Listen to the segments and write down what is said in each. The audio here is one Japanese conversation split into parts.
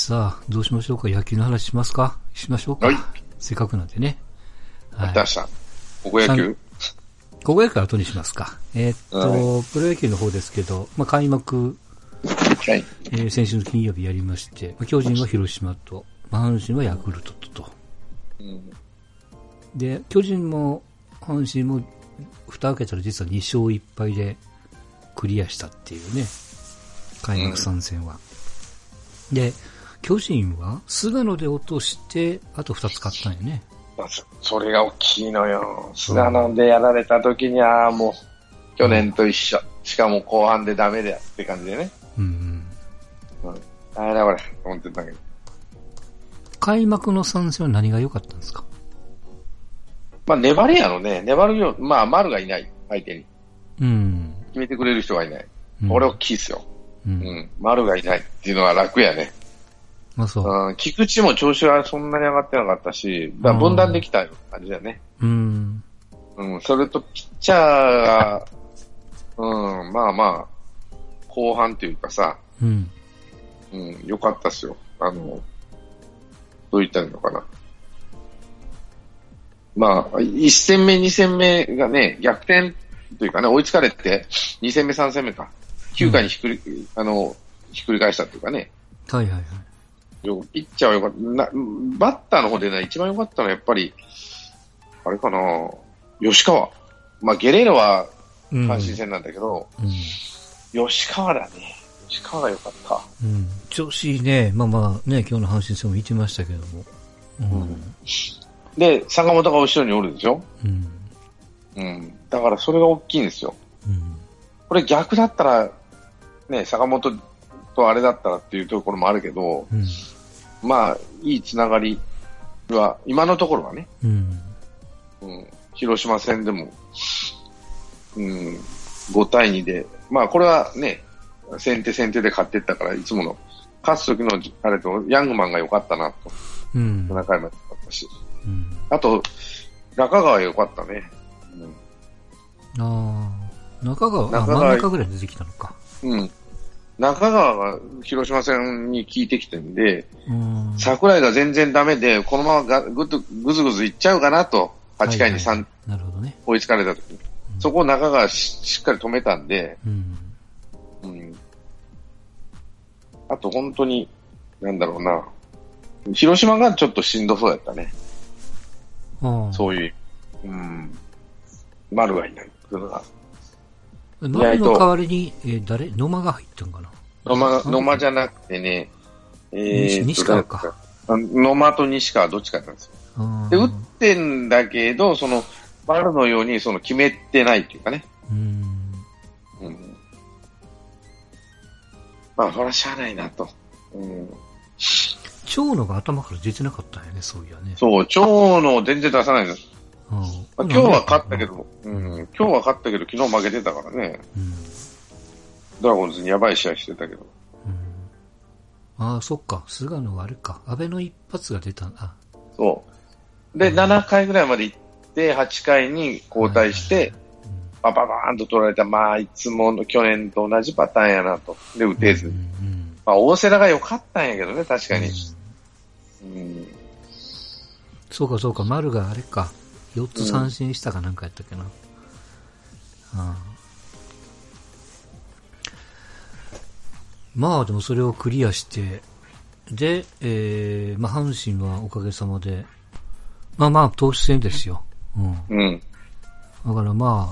さあ、どうしましょうか。野球の話しますか。しましょうか。 はい。 せっかくなんでね。 はい。出した。高校野球高校野球は後にしますか。プロ野球の方ですけど、開幕、 はい。 先週の金曜日やりまして、巨人は広島と、阪神はヤクルトと。で、巨人も阪神も蓋開けたら実は2勝1敗でクリアしたっていうね。開幕3戦は。で、巨人は菅野で落として、あと2つ勝ったんよね。 それが大きいのよ。菅野でやられた時にはもう、去年と一緒。しかも後半でダメだよって感じでね。あれだこれ、思ってたけど。 開幕の3戦は何が良かったんですか？ 粘りやろね。粘るよ。丸がいない。相手に。決めてくれる人がいない。これ大きいっすよ。丸がいないっていうのは楽やね。菊池も調子はそんなに上がってなかったし、分断できた感じだよね。それとピッチャーが、後半というかさ、良かったっすよ。どう言ったらいいのかな。1戦目、2戦目がね、逆転というかね、追いつかれて、2戦目、3戦目か。9回にひっくり返したっていうかね。 はいはいはい。 ピッチャーは良かった。バッターの方でね、一番良かったのはやっぱり、あれかな、吉川。ゲレーロは阪神戦なんだけど、吉川だね。吉川が良かった。 調子いいね。ね、今日の阪神戦も言ってましたけども。 で、坂本が後ろにおるでしょ。だからそれが大きいんですよ。これ逆だったら、ね、坂本とあれだったらっていうところもあるけど、いいつながりは、今のところはね、広島戦でも、5対2で、これはね、先手で勝っていったから、いつもの、勝つ時のあれと、ヤングマンが良かったなと、7回まで良かったし、あと、中川良かったね。 中川、真ん中ぐらいに出てきたのか。 中川が広島戦に効いてきてるんで、桜井が全然ダメで、このままぐずぐずいっちゃうかなと、8回に3、追いつかれた時に。そこを中川しっかり止めたんで、あと本当に、なんだろうな、広島がちょっとしんどそうやったね。そういう、丸がいない。 丸の代わりに、野間が入ったんかな。 野間じゃなくてね、 西川か。 野間と西川どっちかなんですよ。で、打ってんだけど、丸のように決めてないっていうかね。それはしゃあないなと。 長野が頭から出てなかったんやね、そういやね。 そう、長野全然出さないんです。今日は勝ったけど、昨日負けてたからね。ドラゴンズにやばい試合してたけど。 そっか。菅野はあれか。安倍の一発が出たな。 そう。で、7回ぐらいまで行って、8回に交代して、バババーンと取られた。いつもの去年と同じパターンやなと。で、打てず。大瀬良が良かったんやけどね、確かに。 そうか。丸があれか。4つ三振したかなんかやったっけな。でもそれをクリアして、で、阪神はおかげさまで、投手戦ですよ。だから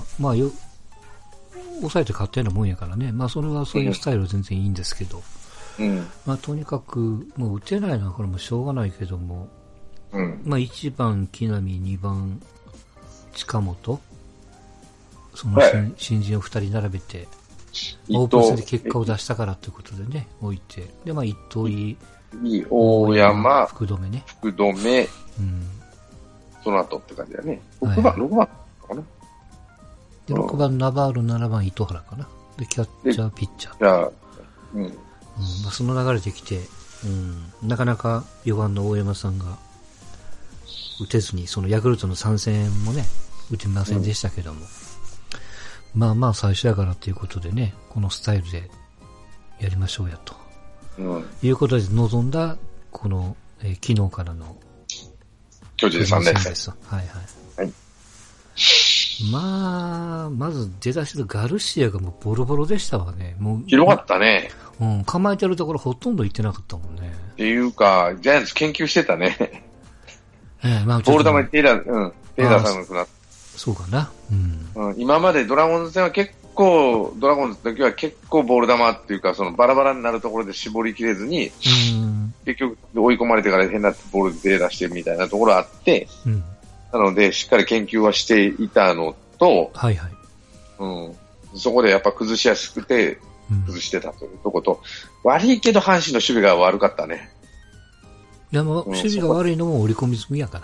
抑えて勝ったようなもんやからね。それはそういうスタイルは全然いいんですけど。とにかく、もう打てないのはこれもしょうがないけども、1番木浪、2番近本、その新人を2人並べて、オープン戦で結果を出したからということでね、置いて。で、糸井、 大山、 福留ね。 その後って感じだね。6番かな。 で、6番ナバール、7番糸原かな。で、キャッチャー、ピッチャー。その流れできて、なかなか4番の大山さんが打てずに、そのヤクルトの3戦もね、打てませんでしたけども、最初やからということでね、このスタイルでやりましょうやと。いうことで臨んだこの、昨日からの巨人3連戦です。はいはい。はい。まあ、まず出だしのガルシアがもうボロボロでしたわね。もう広かったね。 うん、構えてるところほとんど行ってなかったもんね。 っていうか、ジャイアンツ研究してたね。 まあ、 ボール球にテイラーさんがなった。 そうかな。 今までドラゴンズ戦は結構、ドラゴンズの時は結構ボール球っていうか、そのバラバラになるところで絞りきれずに、結局追い込まれてから変なボールで手出してみたいなところあって、なのでしっかり研究はしていたのと、 はいはい。 そこでやっぱ崩しやすくて、崩してたというところと、悪いけど阪神の守備が悪かったね。 いや、もう守備が悪いのも織り込み済みやから。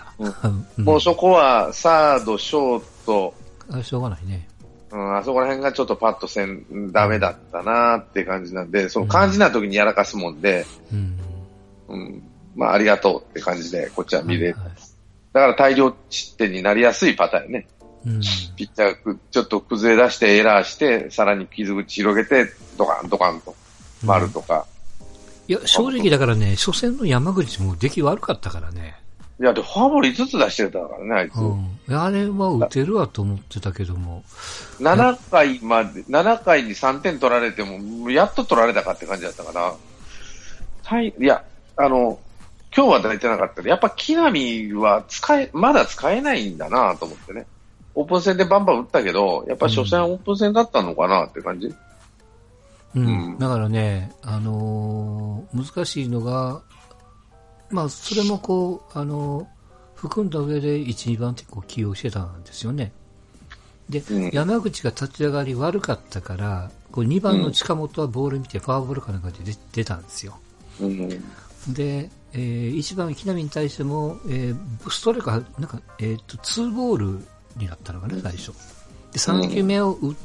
もうそこはサード、ショート、 しょうがないね。 あそこら辺がちょっとパッとダメだったなって感じなんで、その肝心な時にやらかすもんで、まあありがとうって感じでこっちは見れる。だから大量失点になりやすいパターンね。ピッチャーちょっと崩れ出してエラーして、さらに傷口広げて、ドカンドカンと丸とか。 いや、正直だからね、初戦の山口も出来悪かったからね。 いや、で、フォアボール5つ出してたからね、あいつ。 あれは打てるわと思ってたけども。 7回に3点取られても、やっと取られたかって感じだったから。いや、今日は出てなかったけど、やっぱ木浪はまだ使えないんだなと思ってね。オープン戦でバンバン打ったけど、やっぱ初戦オープン戦だったのかなって感じ。 だからね、難しいのが、まあ、それもこう、含んだ上で1、2番ってこう起用してたんですよね。で、山口が立ち上がり悪かったから、こう2番の近本はボール見てフォアボールかなんかで出たんですよ。で、1番木浪に対しても、ストレートが、なんか、2ボールになったのかな、最初。で、3球目を打って、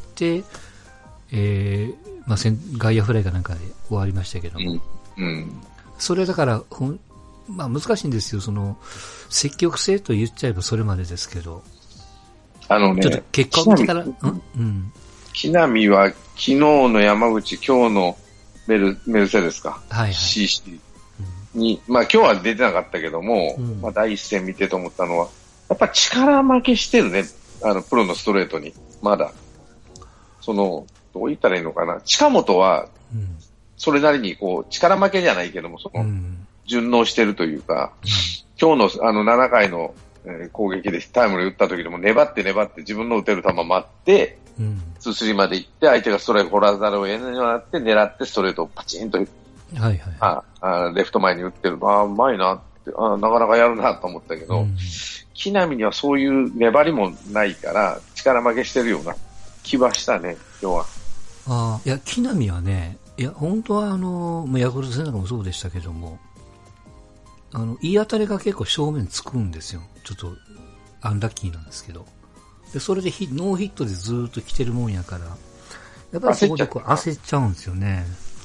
まあ、外野フライかなんかで終わりましたけども。それだから、まあ難しいんですよ。その、積極性と言っちゃえばそれまでですけど。ちょっと結果を見てから、 木浪は昨日の山口、今日のメルセデスか。はい、はい。CC に、まあ今日は出てなかったけども、まあ第一戦見てと思ったのは、やっぱ力負けしてるね。プロのストレートに。まだ。どう言ったらいいのかな。近本は、それなりにこう、力負けじゃないけども、順応してるというか、今日の7回の、攻撃でタイムリー打った時でも粘って自分の打てる球待って、2-3まで行って相手がストライク掘らざるを得ないようになって狙ってストレートをパチンと、レフト前に打ってる。うまいなって、なかなかやるなと思ったけど、木浪にはそういう粘りもないから力負けしてるような気はしたね、今日は。 いや、木浪はね、いや、本当はヤクルト戦なんかもそうでしたけども、いい当たりが結構正面つくんですよ。ちょっと、アンラッキーなんですけど。で、それでノーヒットでずーっと来てるもんやから、やっぱりそこでこう焦っちゃうんですよね。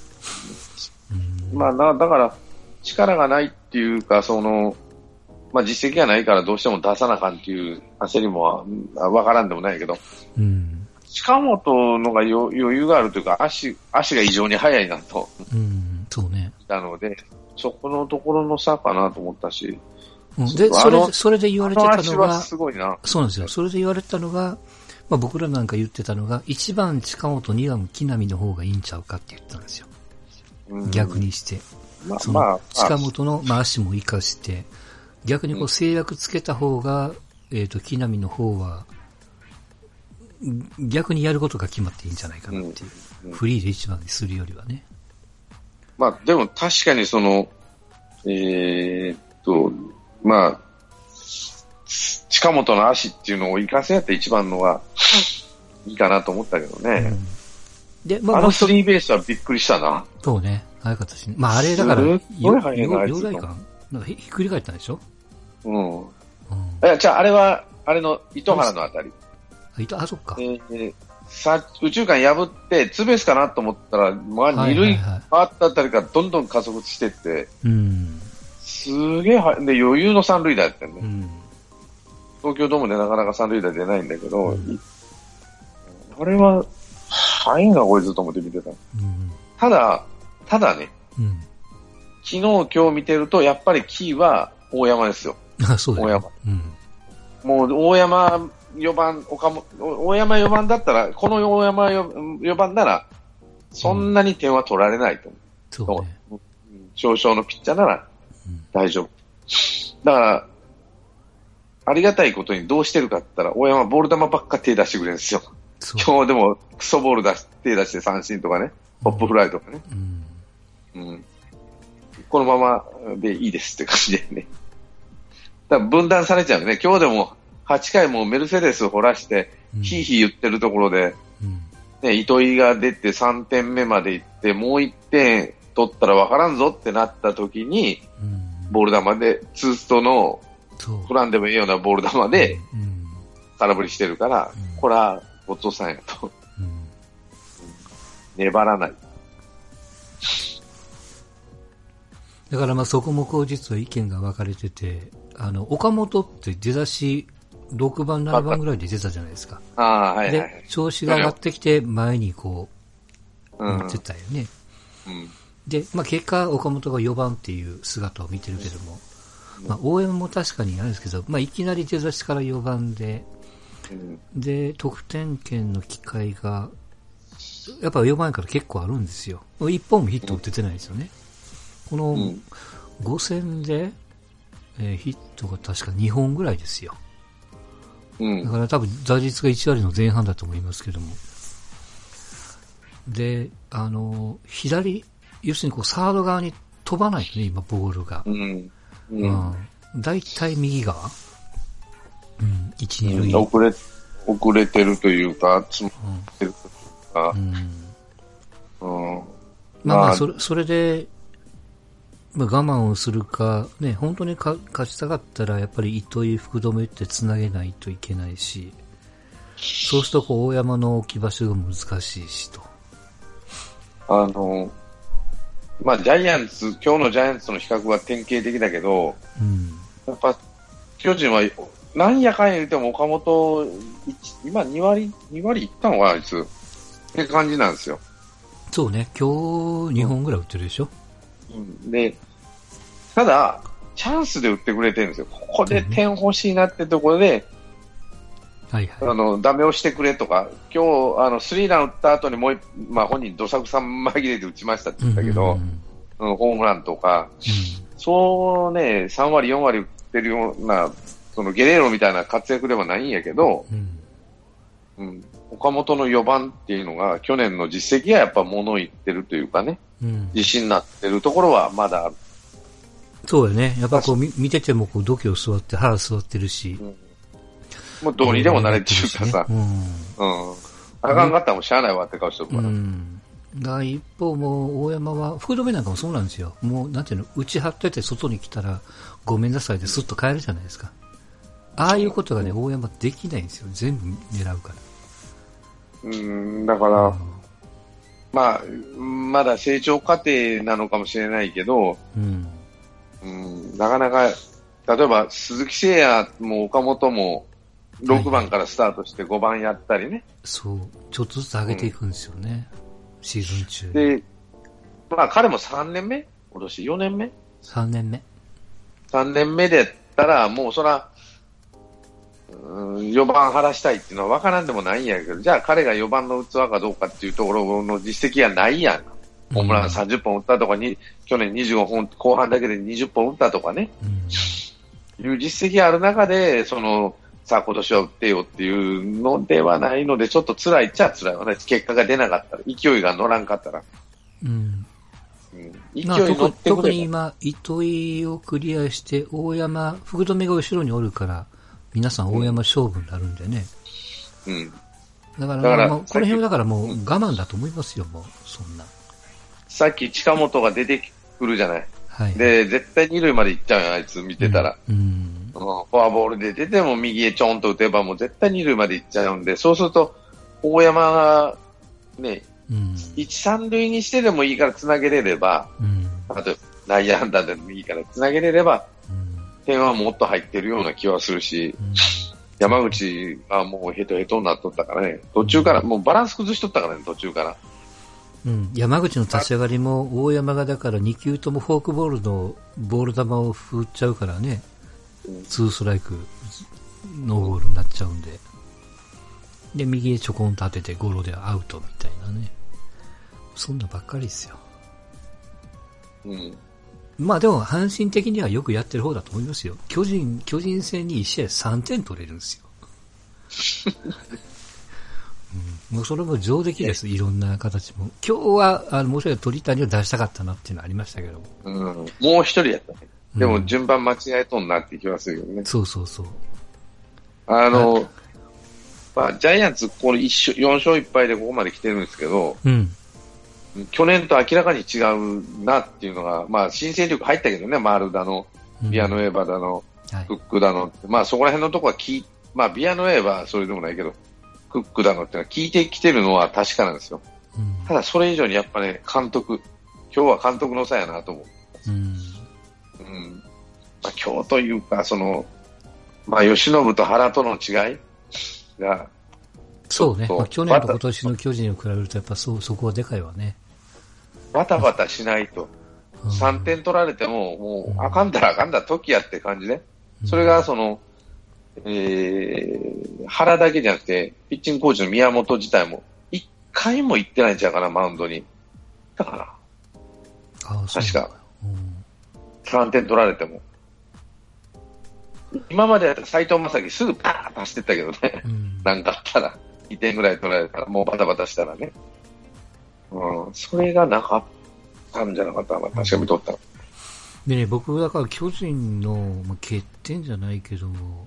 まあ、だから、力がないっていうか、まあ実績がないからどうしても出さなあかんっていう焦りもわからんでもないけど、近本のが余裕があるというか、足が異常に速いなと。 そうね。 たので、そこのところの差かなと思ったし。 で、それで言われてたのが、 すごいな。 そうなんですよ。それで言われてたのが、まあ僕らなんか言ってたのが、1番近本、2番木浪の方がいいんちゃうかって言ったんですよ。逆にして。近本の、まあ、足も活かして、逆にこう制約つけた方が、木浪の方は、逆にやることが決まっていいんじゃないかなっていう。フリーで1番にするよりはね。 まあ、でも確かにまあ、近本の足っていうのを活かせやって一番のがいいかなと思ったけどね。で、まあ、スリーベースはびっくりしたな。 そうね。早かったしね。まあ、あれだから、容体感なんかひっくり返ったんでしょ？いや、じゃあ、あれの糸原のあたり。 そっか。 宇宙間破って、ツーベースかなと思ったら、まあ、二塁回ったあたりからどんどん加速してって、すげえで、余裕の三塁打やったよね。東京ドームでなかなか三塁打出ないんだけど、あれは、範囲がこいつと思って見てた。ただね、 昨日、今日見てると、やっぱりキーは大山ですよ。 そうだね。 大山。もう大山4番、大山4番だったら、この大山4番なら、そんなに点は取られないと思う。 そうね。 少々のピッチャーなら大丈夫。だから、ありがたいことにどうしてるかって言ったら、大山ボール球ばっか手出してくれるんですよ。今日でもクソボール手出して三振とかね、ポップフライとかね。このままでいいですって感じでね。だから分断されちゃうね。今日でも8回もメルセデスを掘らして、ヒーヒー言ってるところで、ね、糸井が出て3点目まで行って、もう1点取ったら分からんぞってなった時に、ボール球で、ツーストの振らんでもいいようなボール球で、空振りしてるから、これはごっつさんやと。粘らない。 だからまあそこもこう実は意見が分かれてて、岡本って出だし6番、7番ぐらいで出たじゃないですか。で、調子が上がってきて前にこう、持ってたよね。で、まあ結果岡本が4番っていう姿を見てるけども、まあ応援も確かにあるんですけど、まあいきなり出だしから4番で、で、得点圏の機会が、やっぱ4番から結構あるんですよ。1本もヒット打ててないですよね。この5戦で、ヒットが確か2本ぐらいですよ。だから多分打率が1割の前半だと思いますけども。で、左、要するにこうサード側に飛ばないよね、今ボールが。だいたい右側。1、2塁。 遅れてるというか、詰まってるというか。 まあそれで、まあ、我慢をするか、ね、本当に勝ちたかったら、やっぱり糸井福留って繋げないといけないし、そうするとこう大山の置き場所が難しいしと。 まあジャイアンツ、今日のジャイアンツの比較は典型的だけど、やっぱ巨人はなんやかんや言っても岡本、今2割いったのかあいつって感じなんですよ。 そうね、今日2本ぐらい打ってるでしょ。 で、ただ、チャンスで打ってくれてるんですよ。ここで点欲しいなってところで、ダメをしてくれとか、今日、スリーラン打った後にもう、まあ本人、どさくさ紛れて打ちましたって言ったけど、ホームランとか、そうね、3割、4割打ってるような、そのゲレーロみたいな活躍ではないんやけど、岡本の4番っていうのが、去年の実績がやっぱ物言ってるというかね、自信になってるところはまだある。 そうよね。やっぱこう見ててもこう度胸座って腹座ってるし。 もうどうにでもなれっていうかさ、あかんかったらもうしゃあないわって顔してるから。 一方もう大山は、福留なんかもそうなんですよ。もうなんていうの、内張ってて外に来たらごめんなさいでスッと帰るじゃないですか。ああいうことがね、大山できないんですよ。全部狙うから。 だから、まあ、まだ成長過程なのかもしれないけど、なかなか、例えば鈴木誠也も岡本も6番からスタートして5番やったりね。 そう、ちょっとずつ上げていくんですよね、シーズン中。 で、まあ彼も3年目今年4年目 ?3 年目。 3年目でやったら、もうそら、4番晴らしたいっていうのは分からんでもないんやけど、じゃあ彼が4番の器かどうかっていうところの実績がないやん。ホームラン30本打ったとかに、去年25本、後半だけで20本打ったとかね。いう実績がある中で、さあ今年は打ってよっていうのではないので、ちょっと辛いっちゃ辛いわね。結果が出なかったら、勢いが乗らんかったら。勢い乗ってくれ、 特に今、糸井をクリアして、大山、福留が後ろにおるから、皆さん大山勝負になるんでね。だから、この辺はだからもう我慢だと思いますよ、もう、そんな。 さっき近本が出てくるじゃない。で、絶対二塁まで行っちゃうよ、あいつ見てたら。フォアボールで出ても右へちょんと打てばもう絶対二塁まで行っちゃうんで、そうすると、大山がね、一三塁にしてでもいいから繋げれれば、あと内野安打でもいいから繋げれれば、点はもっと入ってるような気はするし、山口がもうヘトヘトになっとったからね、途中から、もうバランス崩しとったからね、途中から。 うん、山口の立ち上がりも大山がだから2球ともフォークボールのボール球を振っちゃうからね、2ストライクノーボールになっちゃうんで、で右へちょこんと当ててゴロでアウトみたいなね、そんなばっかりですよ。 うん。まあでも阪神的にはよくやってる方だと思いますよ。巨人戦に1試合3点取れるんですよ。もうそれも上出来です、いろんな形も。今日は、もう一人鳥谷を出したかったなっていうのはありましたけど。 もう一人やったね。でも順番間違えとんなって気はするよね。 そうそうそう。 まあ、ジャイアンツ、この4勝1敗でここまで来てるんですけど、去年と明らかに違うなっていうのが、まあ、新戦力入ったけどね、丸だの、ビアノエーバだの、フックだの、まあ、そこら辺のとこはまあ、ビアノエーバはそれでもないけど、クックだのってのは聞いてきてるのは確かなんですよ。ただそれ以上にやっぱね、今日は監督の差やなと思う。まあ、今日というか、まあ、吉信と原との違いが、 そうね。まあ、去年と今年の巨人を比べるとやっぱそこはでかいわね。 バタバタしないと。3点取られても、もう、あかんだらあかんだ、時やって感じね。それが原だけじゃなくて、ピッチングコーチの宮本自体も、1回も行ってないんちゃうかな、マウンドに。だから。確か。3点取られても。今までやったら斎藤正樹すぐパーッと走ってったけどね。なんかあったら、2点ぐらい取られたら、もうバタバタしたらね。それがなかったんじゃなかったかな、確か見とった。 でね、僕だから巨人の欠点じゃないけども、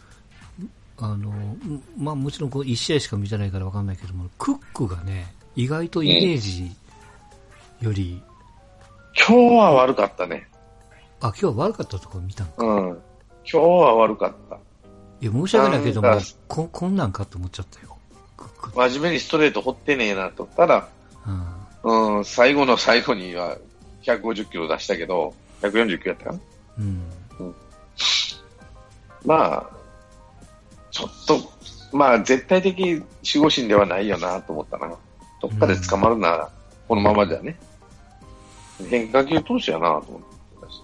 まあもちろん1試合しか見てないから分かんないけども、クックがね、意外とイメージより、 今日は悪かったね。 今日は悪かったところ見たのか。 今日は悪かった。 いや、申し訳ないけども、こんなんかと思っちゃったよ。 真面目にストレート掘ってねえなと。ただ、最後の最後には150キロ出したけど、140キロやったかな。まあ、ちょっと、まあ、絶対的守護神ではないよなと思ったな。どっかで捕まるなら、このままではね。変化球投手やなと思ってました。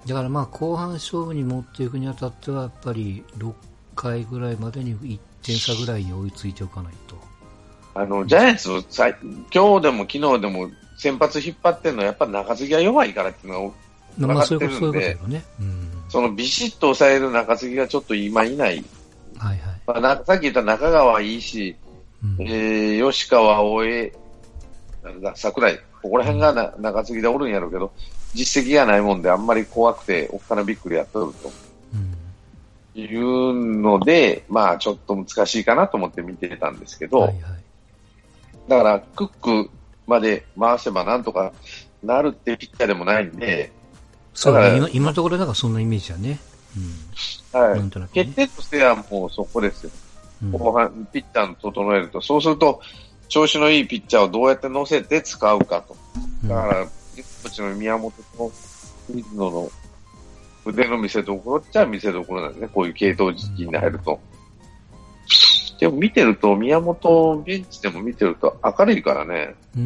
だからまあ、後半勝負に持っていくにあたっては、やっぱり6回ぐらいまでに1点差ぐらいに追いついておかないと。 ジャイアンツの今日でも昨日でも先発引っ張ってるのはやっぱ中継ぎが弱いからっていうのが分かってるんで、そのビシッと抑える中継ぎがちょっと今いない。まあ、さっき言った中川はいいし、吉川、大江、桜井、ここら辺が中継ぎでおるんやろうけど、実績がないもんであんまり怖くておっかなびっくりやっとると、いうので、まあちょっと難しいかなと思って見てたんですけど、だからクックまで回せばなんとかなるってピッチャーでもないんで、 そうね、今のところなんかそんなイメージはね。 決定としてはもうそこですよ。後半ピッチャーを整えると、そうすると調子のいいピッチャーをどうやって乗せて使うかと。だから、こっちの宮本と水野の腕の見せ所っちゃ見せ所なんですね。こういう系統時期に入ると。でも見てると、宮本ベンチでも見てると明るいからね。い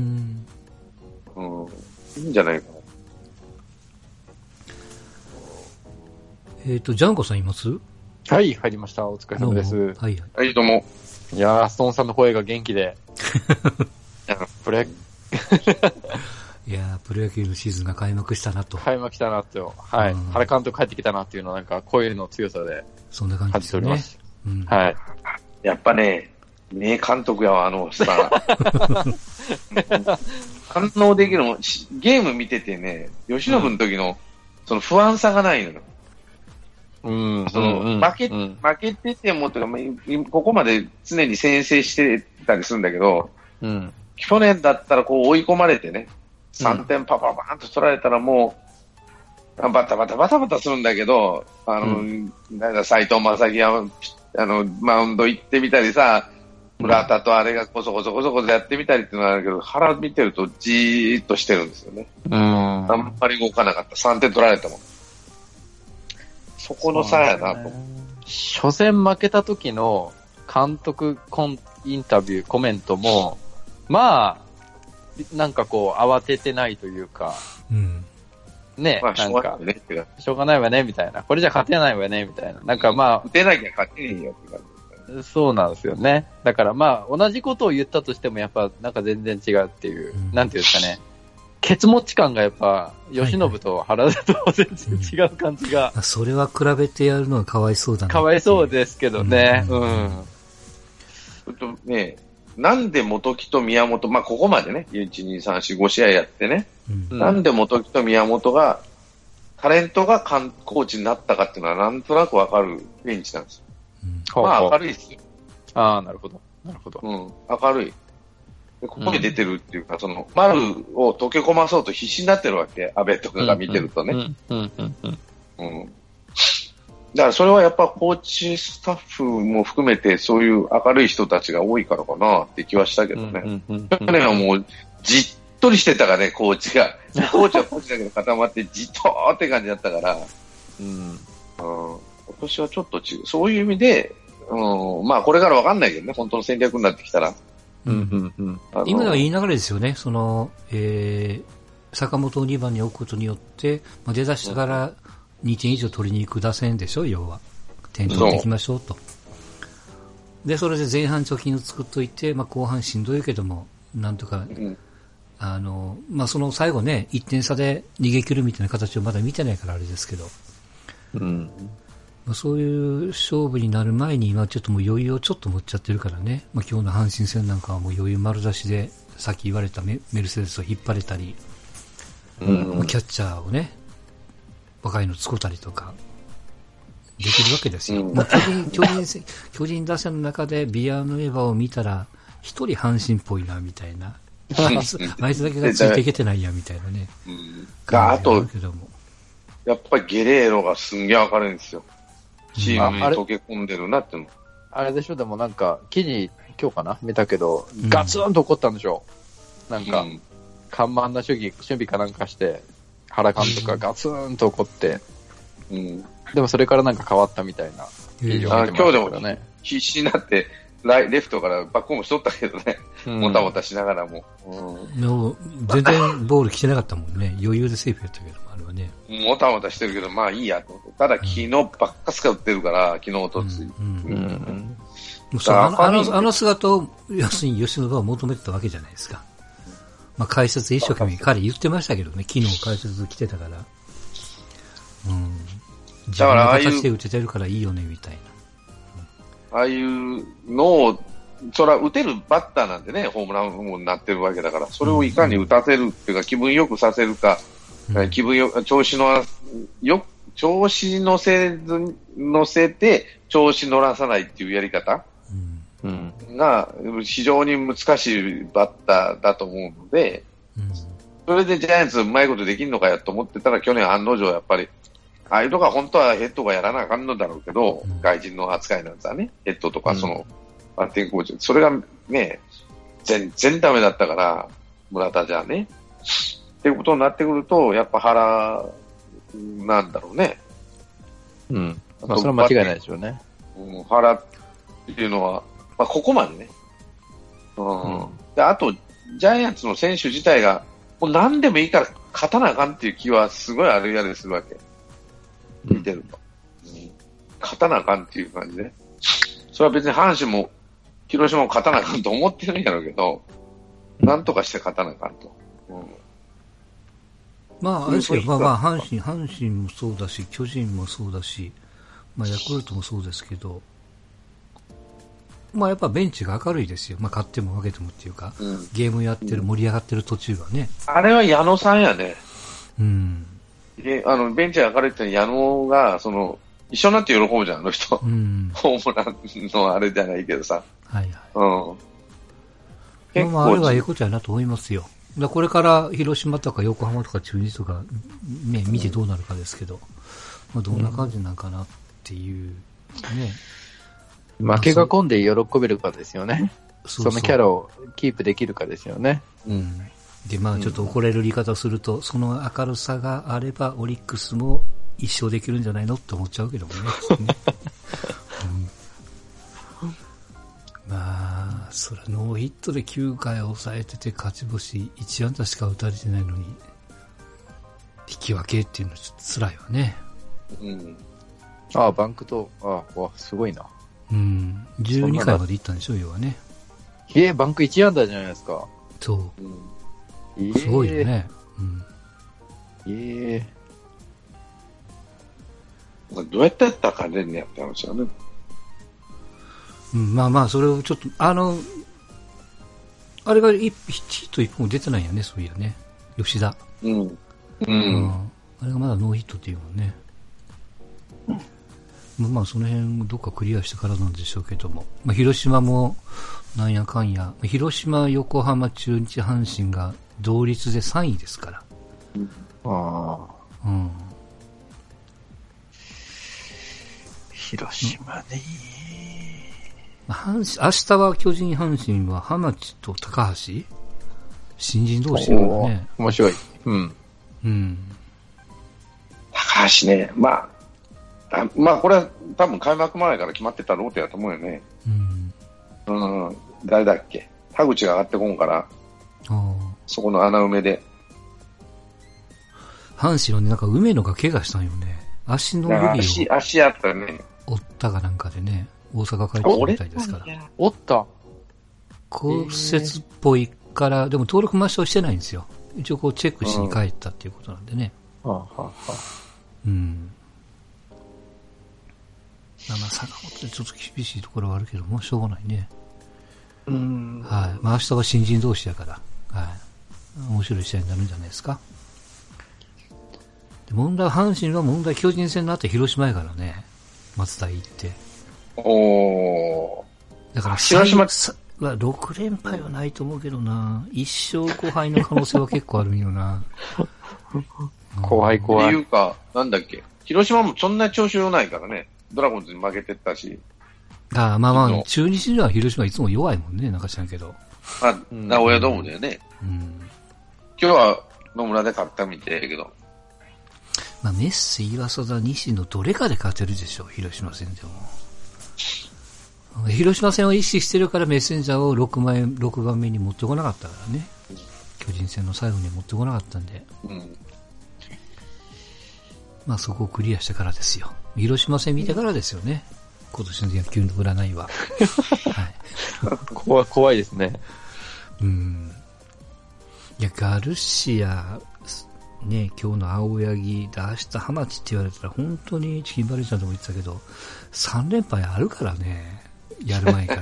いんじゃないかな。 ジャンコさんいます？ はい、入りました。お疲れ様です。 はい、どうも。 いやー、ストーンさんの声が元気で。 いやー、プロ野球のシーズンが開幕したなと。 開幕したなと。はい。原監督帰ってきたなっていうのはなんか声の強さでそんな感じですね。 はい。 やっぱね、名監督やわ、さ。反応できるの、ゲーム見ててね、吉信の時の、その不安さがないのよ。負けててもとか、ここまで常に先制してたりするんだけど、去年だったらこう追い込まれてね、3点パパパーンと取られたらもう、バタバタするんだけど、斎藤正樹は、マウンド行ってみたりさ、村田とあれがこそこそやってみたりっていうのはあるけど、腹見てるとじーっとしてるんですよね。あんまり動かなかった。3点取られたもん。そこの差やなと。 初戦負けた時の監督インタビュー、コメントも、まあ、 なんかこう、慌ててないというか、 うん。 ね、 まあ、 なんか、しょうがないわね、みたいな。これじゃ勝てないわね、みたいな。なんかまあ、 打てなきゃ勝てねえよって感じ。そうなんですよね。だからまあ、同じことを言ったとしても、やっぱ、なんか全然違うっていう、なんていうんですかね。ケツ持ち感がやっぱ、吉信と原田と全然違う感じが。 それは比べてやるのはかわいそうだな。 かわいそうですけどね。うん。 ね、なんで元木と宮本、まあここまでね、1、2、3、4、5試合やってね、なんで元木と宮本が、タレントがコーチになったかっていうのはなんとなくわかるベンチなんですよ。まあ明るいですよ。 ああ、なるほど。なるほど。 うん、明るい。でここに出てるっていうか、その、丸を溶け込まそうと必死になってるわけ、安倍とかが見てるとね。だからそれはやっぱコーチスタッフも含めてそういう明るい人たちが多いからかなって気はしたけどね。去年はもうじっとりしてたからね、コーチが。コーチはコーチだけど固まってじっとーって感じだったから。今年はちょっと違う。そういう意味で、まあこれからわかんないけどね、本当の戦略になってきたら。 今では言いながらですよね、その、坂本を2番に置くことによって、出だしから2点以上取りに行く打線でしょ、要は。点取っていきましょうと。で、それで前半貯金を作っといて、後半しんどいけども、なんとか、その最後ね、1点差で逃げ切るみたいな形をまだ見てないからあれですけど。そういう勝負になる前に今ちょっともう余裕をちょっと持っちゃってるからね。今日の阪神戦なんかはもう余裕丸出しで、さっき言われたメルセデスを引っ張れたり、キャッチャーをね、若いのつこたりとか、できるわけですよ。巨人打線の中でビアノエヴァを見たら、一人阪神っぽいな、みたいな。あいつだけがついていけてないや、みたいなね。 あと、やっぱりゲレーロがすんげえ明るいんですよ。チームに溶け込んでるなっての。 あれでしょ、でもなんか、記事、今日かな見たけど、ガツンと怒ったんでしょ。なんか、看板な守備かなんかして、原監督がガツンと怒って、でもそれからなんか変わったみたいな記事を見てましたけどね。 今日でも必死になって、レフトからバックホームしとったけどね、もたもたしながらも。 全然ボール来てなかったもんね。余裕でセーフやったけど、あれはね。 もたもたしてるけど、まあいいやと思って。ただ昨日ばっかすか打ってるから、昨日とつい。 あの姿を、要するに吉野が求めてたわけじゃないですか。解説一生懸命彼言ってましたけどね、昨日解説来てたから。自分の形で打ててるからいいよね、みたいな。 ああいうのを、それは打てるバッターなんでね、ホームランになってるわけだから、それをいかに打たせるっていうか、気分よくさせるか、調子乗せて、調子乗らさないっていうやり方が非常に難しいバッターだと思うので、それでジャイアンツうまいことできるのかやと思ってたら、去年案の定やっぱり、ああいうのが本当はヘッドがやらなあかんのだろうけど、外人の扱いなんですよね。ヘッドとかその、バッティングコーチ。それがね、全然ダメだったから、村田じゃね。っていうことになってくると、やっぱ原、なんだろうね。 それは間違いないでしょうね。 原っていうのは、ここまでね。で、あと、ジャイアンツの選手自体が、もう何でもいいから勝たなあかんっていう気はすごいあるやでするわけ。見てると。勝たなあかんっていう感じで。それは別に阪神も広島も勝たなあかんと思ってるんやろうけど、なんとかして勝たなあかんと。 あれですけど、阪神もそうだし、巨人もそうだし、ヤクルトもそうですけど、やっぱベンチが明るいですよ。勝っても負けてもっていうか、ゲームやってる、盛り上がってる途中はね。 あれは矢野さんやね。ベンチが明るいって矢野が、一緒になって喜ぶじゃん、あの人。ホームランのあれじゃないけどさ。 あれはええことやなと思いますよ。これから広島とか横浜とか中日とか、ね、見てどうなるかですけど、どんな感じなんかなっていう、ね。 負けが込んで喜べるかですよね。そのキャラをキープできるかですよね。 で、ちょっと怒られる言い方をすると、その明るさがあれば、オリックスも一生できるんじゃないのって思っちゃうけどもね。 それノーヒットで9回抑えてて勝ち星1安打しか打たれてないのに、引き分けっていうのはちょっと辛いわね。 うん。ああ、バンクと、わ、すごいな。 うん。12回まで行ったんでしょ、要はね。 バンク1安打じゃないですか。 そう。すごいよね。 うん。 どうやってやったら勝てんねやって話だね。 うん、まあまあ、それをちょっと、あれがヒット1本出てないよね、そういやね。吉田。 うん。 あれがまだノーヒットっていうもんね。まあ、その辺どっかクリアしてからなんでしょうけども。まあ、広島も、なんやかんや。広島、横浜、中日、阪神が同率で3位ですから。 広島ね。 明日は巨人、阪神は浜地と高橋新人同士だよね。 面白い。 高橋ね。まあ、これは多分開幕前から決まってたローテやと思うよね。誰だっけ、田口が上がってこんから、そこの穴埋めで。 阪神のね、なんか梅野が怪我したんよね。足の指を。 足あったね。 折ったかなんかでね、大阪帰ってきたみたいですから。 折った骨折っぽいから、でも登録抹消してないんですよ。一応こうチェックしに帰ったっていうことなんでね。うん。まあ、坂本でちょっと厳しいところはあるけど、もうしょうがないね。はい。まあ、明日は新人同士だから、はい。面白い試合になるんじゃないですか。で、阪神は巨人戦の後広島やからね。松田行って。だから、 広島は6連敗はないと思うけどな。1勝5敗の可能性は結構あるんよな。 怖い。っていうか、なんだっけ。広島もそんな調子良ないからね。ドラゴンズに負けてったし。 まあ、中日には広島いつも弱いもんね。なんか知らんけど。 名古屋ドームだよね。今日は野村で勝ったみたいやけど。 まあ、メッセ、岩貞、西野どれかで勝てるでしょう。広島戦でも。広島戦を意識してるからメッセンジャーを6番目に持ってこなかったからね。巨人戦の最後に持ってこなかったんで。まあそこをクリアしてからですよ。広島戦見てからですよね。今年の野球の占いは。 はい、怖いですね。 いや、ガルシア、ね、今日の青柳で明日浜地って言われたら本当にチキンバレーちゃんとも言ってたけど、3連敗あるからね。やる前から。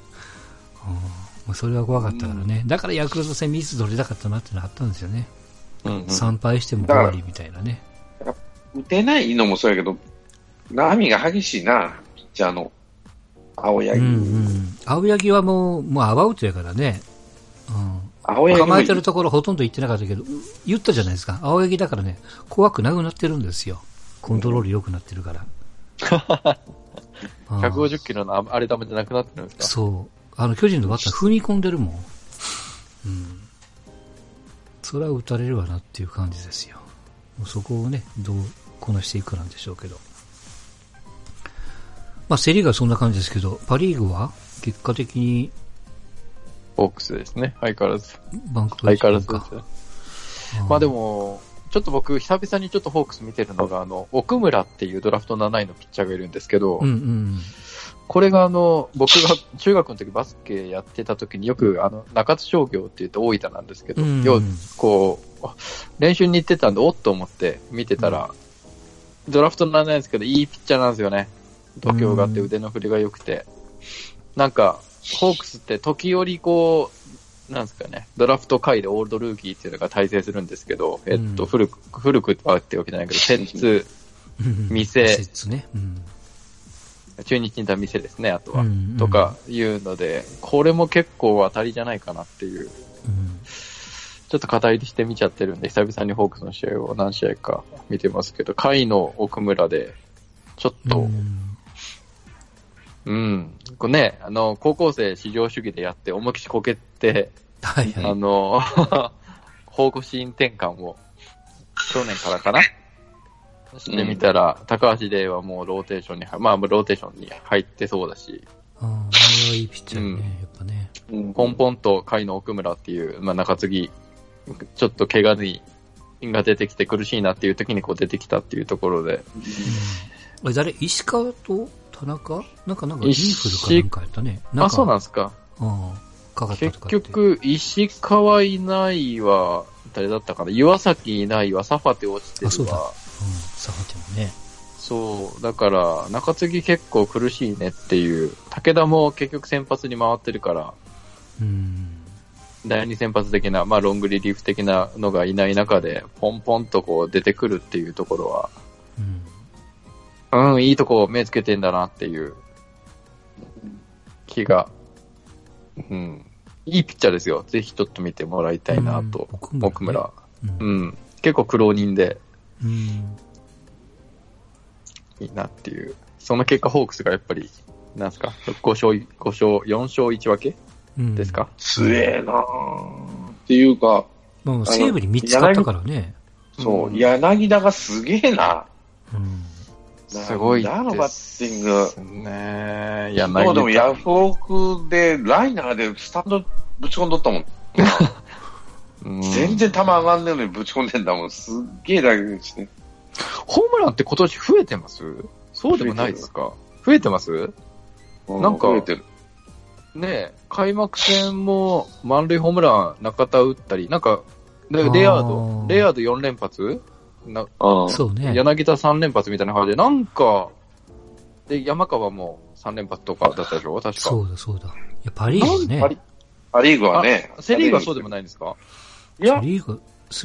それは怖かったからね。だからヤクルト戦ミス取りたかったなってのがあったんですよね。3敗しても5割みたいなね。 打てないのもそうやけど、波が激しいな、ピッチャーの青柳。 青柳はもうアバウトやからね。構えてるところほとんど行ってなかったけど、言ったじゃないですか。青柳だからね、怖くなくなってるんですよ。コントロール良くなってるから。 150キロのあれ球じゃなくなってるんですか？ そう。巨人のバッター踏み込んでるもん。それは打たれるわなっていう感じですよ。そこをね、どうこなしていくなんでしょうけど。まあ、セリーグはそんな感じですけど、パリーグは結果的にホークスですね。相変わらず。 バンクと相変わらずです。まあでも、ちょっと僕、久々にちょっとホークス見てるのが、奥村っていうドラフト7位のピッチャーがいるんですけど、これが僕が中学の時バスケやってた時によく中津商業って言うと大分なんですけど、こう、練習に行ってたんで、おっと思って見てたら、ドラフト7位ですけど、いいピッチャーなんですよね。度胸があって腕の振りが良くて。なんか、ホークスって時折こう、なんですかね、ドラフト会でオールドルーキーっていうのが大成するんですけど、古くはってわけじゃないけど、摂津、店、中日にいた店ですね、あとは、とかいうので、これも結構当たりじゃないかなっていう、ちょっと語りしてみちゃってるんで、久々にホークスの試合を何試合か見てますけど、甲斐の奥村で、ちょっと、これね、高校生至上主義でやって思いっきりこけて、方向シーン転換を去年からかなしてみたら、高橋玲はもうローテーションに、ローテーションに入ってそうだし、 あれはいいピッチャーね、やっぱね。 ポンポンと甲斐の奥村っていう、中継ぎ、ちょっと怪我が出てきて苦しいなっていう時にこう出てきたっていうところで。 あれ誰石川と田中なんかインフルかなんかやったね。 あ、そうなんですか。 かかったとか結局、石川いないわ、誰だったかな、岩崎いないわ、サファテ落ちてるわ。 あ、そうだ。サファテもね。 そう、だから、中継ぎ結構苦しいねっていう。武田も結局先発に回ってるから、第二先発的な、ロングリリーフ的なのがいない中で、ポンポンとこう出てくるっていうところは、いいとこ目つけてんだなっていう気が、いいピッチャーですよ。ぜひちょっと見てもらいたいなと、奥村。結構苦労人で、いいなっていう。その結果、ホークスがやっぱり、なんすか、4勝1分けですか、 強えなっていうか、 西武に3つ勝ったからね。 そう、柳田がすげえな。 すごいです。 あのバッティング。 ねえ。 そうでもヤフオクで、ライナーでスタンドぶち込んどったもん。全然球上がんねえのにぶち込んでんだもん。すっげえ打撃して。 ホームランって今年増えてます？そうでもないですか？増えてます？なんか、 増えてる。 ねえ、開幕戦も満塁ホームラン中田打ったり、なんか、レアード4連発そうね。 柳田3連発みたいな感じで、なんか、で、山川も3連発とかだったでしょ確か。 そうだ。いや、パリーグね。 パリーグはね。 セリーグはそうでもないんですか？ いや、セリーグ、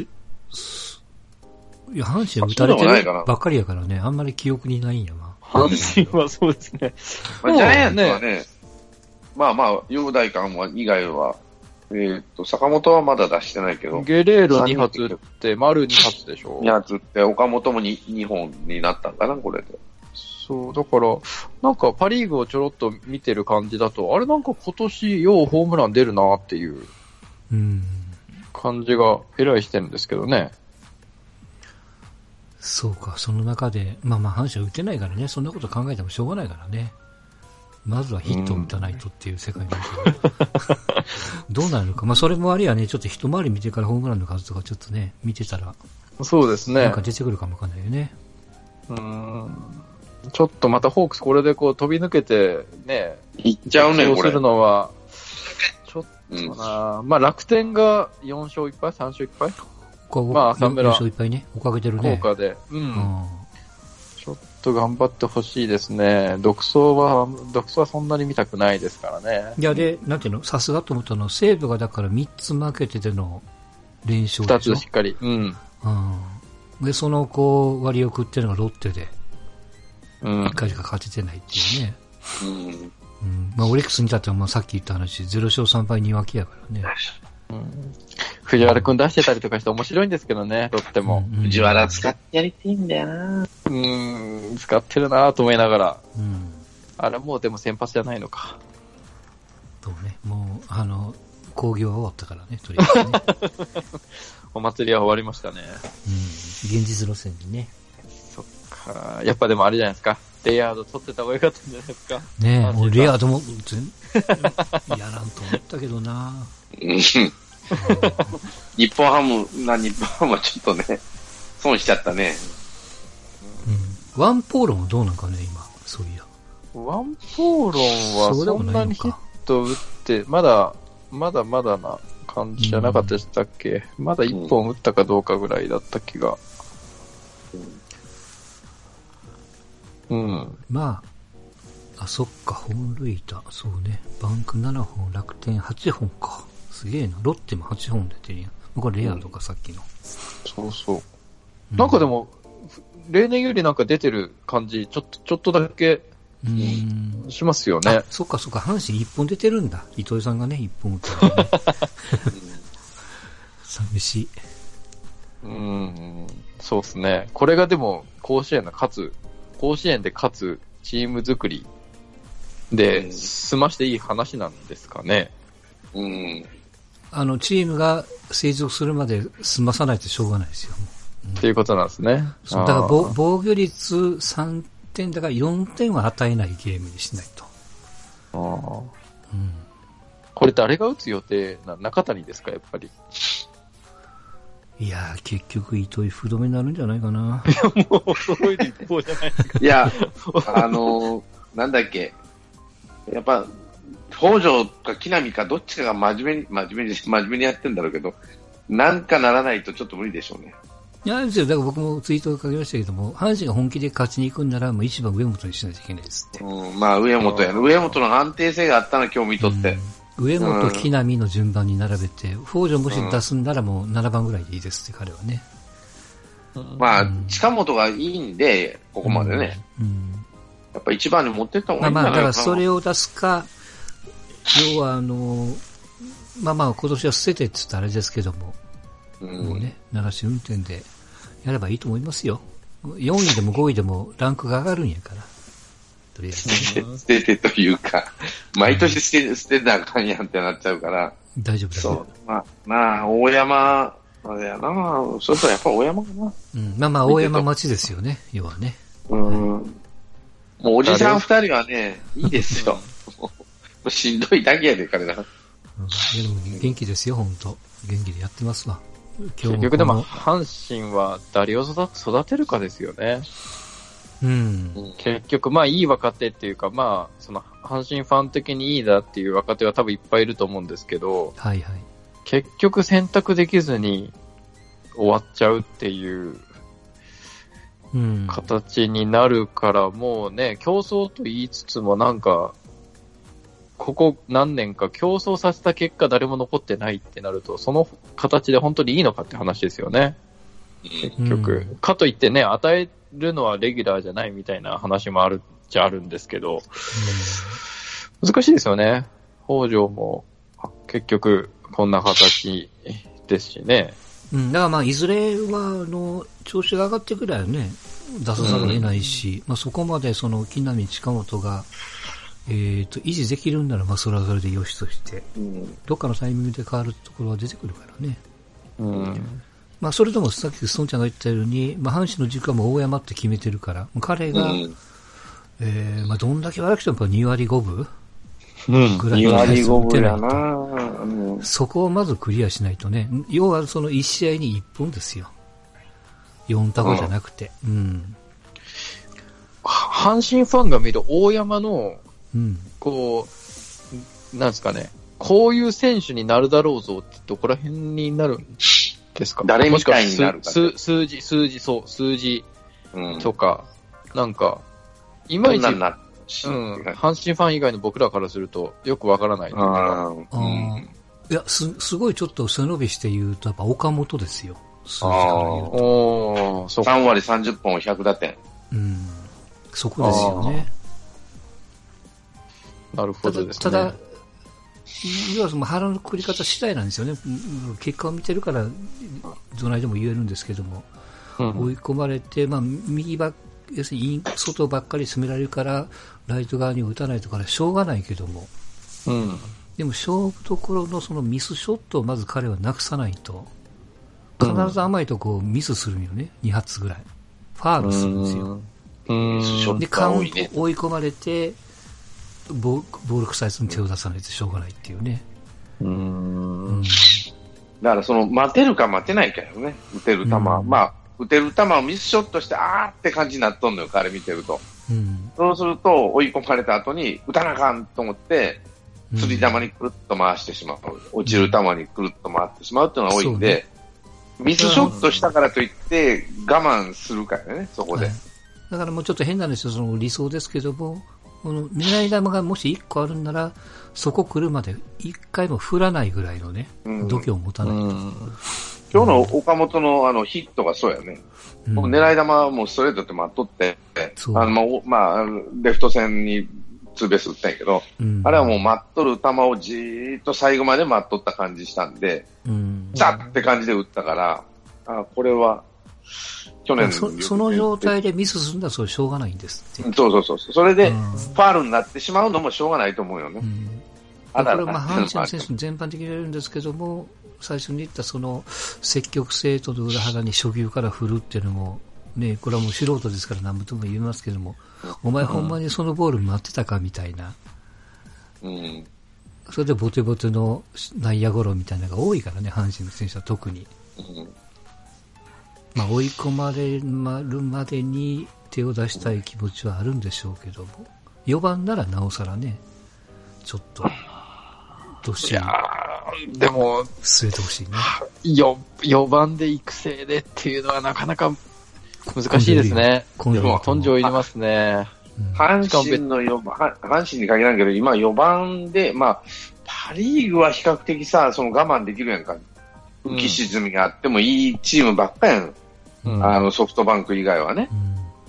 いや、阪神打たれてるばっかりやからね、あんまり記憶にないんやな。 阪神はそうですね。 ジャイアンツはね、雄大館以外は、坂本はまだ出してないけど。 ゲレーロ2発打って、丸2発でしょ？ 2 発打って、岡本も 2本になったんかな、これで。 そう、だから、なんかパリーグをちょろっと見てる感じだと、あれなんか今年ようホームラン出るなっていう感じがえらいしてるんですけどね。 そうか、その中で、阪神は打てないからね、そんなこと考えてもしょうがないからね。まずはヒットを打たないとっていう世界になるけど、どうなるのか。それもありはね、ちょっと一回り見てからホームランの数とかちょっとね、見てたら。 そうですね。 なんか出てくるかもわかんないよね。 ちょっとまたホークスこれでこう飛び抜けて、ね、 いっちゃうね、これ。 そうするのは、ちょっとな、楽天が4勝1敗 ?3 勝1敗浅村。4勝1敗ね。追っかけてるね。 効果で。ちょっと頑張ってほしいですね。独走はそんなに見たくないですからね。 いや、で、なんていうの、さすがと思ったのは、西武がだから3つ負けてての連勝でしょ。 2つしっかり。 で、その割を食ってるのがロッテで、1回しか勝ててないっていうね。オリックスに至ってはさっき言った話、0勝3敗2分けやからね。 藤原くん出してたりとかして面白いんですけどね、とっても。 藤原使ってやりてえんだよな。 使ってるなと思いながら。あれもうでも先発じゃないのか。 そうね、もう、興行は終わったからね、とりあえずね。 お祭りは終わりましたね。 現実路線にね。 そっか。やっぱでもあれじゃないですか。レアード取ってた方がよかったんじゃないですか。 ねえ、俺レアードも、やらんと思ったけどな。 日本ハムはちょっとね、損しちゃったね。 ワンポーロンはどうなんかね、今、そういや。 ワンポーロンはそんなにヒット打って、まだな感じじゃなかったでしたっけ？まだ1本打ったかどうかぐらいだった気が。 そっか、本塁打。そうね。バンク7本、楽天8本か。すげえな。ロッテも8本出てるやん。これレアとかさっきの。 そうそう。なんかでも、例年よりなんか出てる感じ、ちょっとだけ、しますよね。 そっか、阪神1本出てるんだ。糸井さんがね、1本打ったらね。寂しい。 そうですね。これがでも、甲子園で勝つチーム作りで済ましていい話なんですかね。 チームが成熟するまで済まさないとしょうがないですよ。 っていうことなんですね。 だから防御率3点だから4点は与えないゲームにしないと。 うん、これ誰が打つ予定中谷ですか、やっぱり。 いやー、結局、糸井不動になるんじゃないかな。 いや、もう、そういう一方じゃないですか。 いや、なんだっけ。やっぱ、北条か木浪かどっちかが真面目にやってんだろうけど、なんかならないとちょっと無理でしょうね。 いや、ですよ。だから僕もツイートを書きましたけども、阪神が本気で勝ちに行くんなら、もう一番上本にしないといけないですって。 まあ、上本の安定性があったの、今日見とって。 上本、木浪の順番に並べて、北条もし出すんならもう7番ぐらいでいいですって、彼はね。 まあ、近本がいいんで、ここまでね。やっぱ一番に持ってった方がいいんじゃないかな。 だからそれを出すか、要は今年は捨ててって言ったらあれですけども、もうね、流し運転でやればいいと思いますよ。4位でも5位でもランクが上がるんやから。とりあえず。 捨ててというか、毎年捨てなあかんやんってなっちゃうから。 大丈夫だね。 そう。まあ、大山、あれやな。そしたらやっぱ大山かな。 大山町ですよね、要はね。 もうおじさん2人はね、いいですよ。しんどいだけやで、彼ら。 いやでも元気ですよ、本当元気でやってますわ。 結局でも、阪神は誰を育てるかですよね。結局、いい若手っていうか、その、阪神ファン的にいいなっていう若手は多分いっぱいいると思うんですけど、 はいはい。 結局選択できずに終わっちゃうっていう形になるから、もうね、競争と言いつつもなんか、ここ何年か競争させた結果誰も残ってないってなると、その形で本当にいいのかって話ですよね。結局。かといってね、与えるのはレギュラーじゃないみたいな話もあるっちゃあるんですけど、難しいですよね。北条も結局こんな形ですしね。 だからいずれは調子が上がってくらいはね、出さざるを得ないし、そこまでその木浪近本が維持できるんなら、それはそれで良しとして、どっかのタイミングで変わるところは出てくるからね。それともさっきストンちゃんが言ったように、阪神の軸はもう大山って決めてるから、彼が、どんだけ悪くても2割5分ぐらい 2割5分やな。 そこをまずクリアしないとね、要はその1試合に1本ですよ。4タコじゃなくて。 阪神ファンが見る大山の、なんですかね、こういう選手になるだろうぞってどこら辺になるんですか？ 誰みたいになるか。 数字とか、なんか、いまいち、阪神ファン以外の僕らからするとよくわからない。 いや、すごいちょっと背伸びして言うと、やっぱ岡本ですよ。数字から言うと。 3割30本100打点。 そこですよね。 なるほどですね。 ただ、要はその腹のくくり方次第なんですよね。結果を見てるから、どないでも言えるんですけども、追い込まれて、右ばっ要するに外ばっかり攻められるから、ライト側に打たないとかしょうがないけども、でも勝負どころのそのミスショットをまず彼はなくさないと、必ず甘いとこをミスするんよね、2発ぐらい。ファールするんですよ。で、カウント追い込まれて、ボール臭いに手を出さないとしょうがないっていうね。 だからその待てるか待てないかよね、打てる球。打てる球をミスショットして、あーって感じになっとんのよ、彼見てると。そうすると、追い込まれた後に、打たなあかんと思って、釣り球にくるっと回してしまう。落ちる球にくるっと回ってしまうっていうのが多いんで、ミスショットしたからといって、我慢するからね、そこで。 だからもうちょっと変なんですよ、その理想ですけども、この狙い球がもし1個あるんなら、そこ来るまで1回も振らないぐらいのね、度胸を持たないと。 今日の岡本のヒットがそうやね。狙い球はもうストレートって待っとって、レフト線にツーベース打ったんやけど、あれはもう待っとる球をじーっと最後まで待っとった感じしたんで、ザッって感じで打ったから、これは、去年のその状態でミスするんだらそれしょうがないんですって。 そう。それで、ファールになってしまうのもしょうがないと思うよね。 これは阪神の選手に全般的に言えるんですけども、最初に言ったその積極性と裏腹に初球から振るっていうのも、ね、これはもう素人ですから何とも言いますけども、お前ほんまにそのボール待ってたかみたいな、 うん。 それでボテボテの内野ゴロみたいなのが多いからね、阪神の選手は特に。うん。まあ追い込まれるまでに手を出したい気持ちはあるんでしょうけども、4番ならなおさらね、ちょっと、どっしり。いやでも、 据えてほしいね。 4番で育成でっていうのはなかなか難しいですね。でも根性入れますね。 阪神の4番、阪神に限らんけど、今4番で、まあ、パリーグは比較的さ、その我慢できるやんか。浮き沈みがあってもいいチームばっかやん。うん、ソフトバンク以外はね。うん、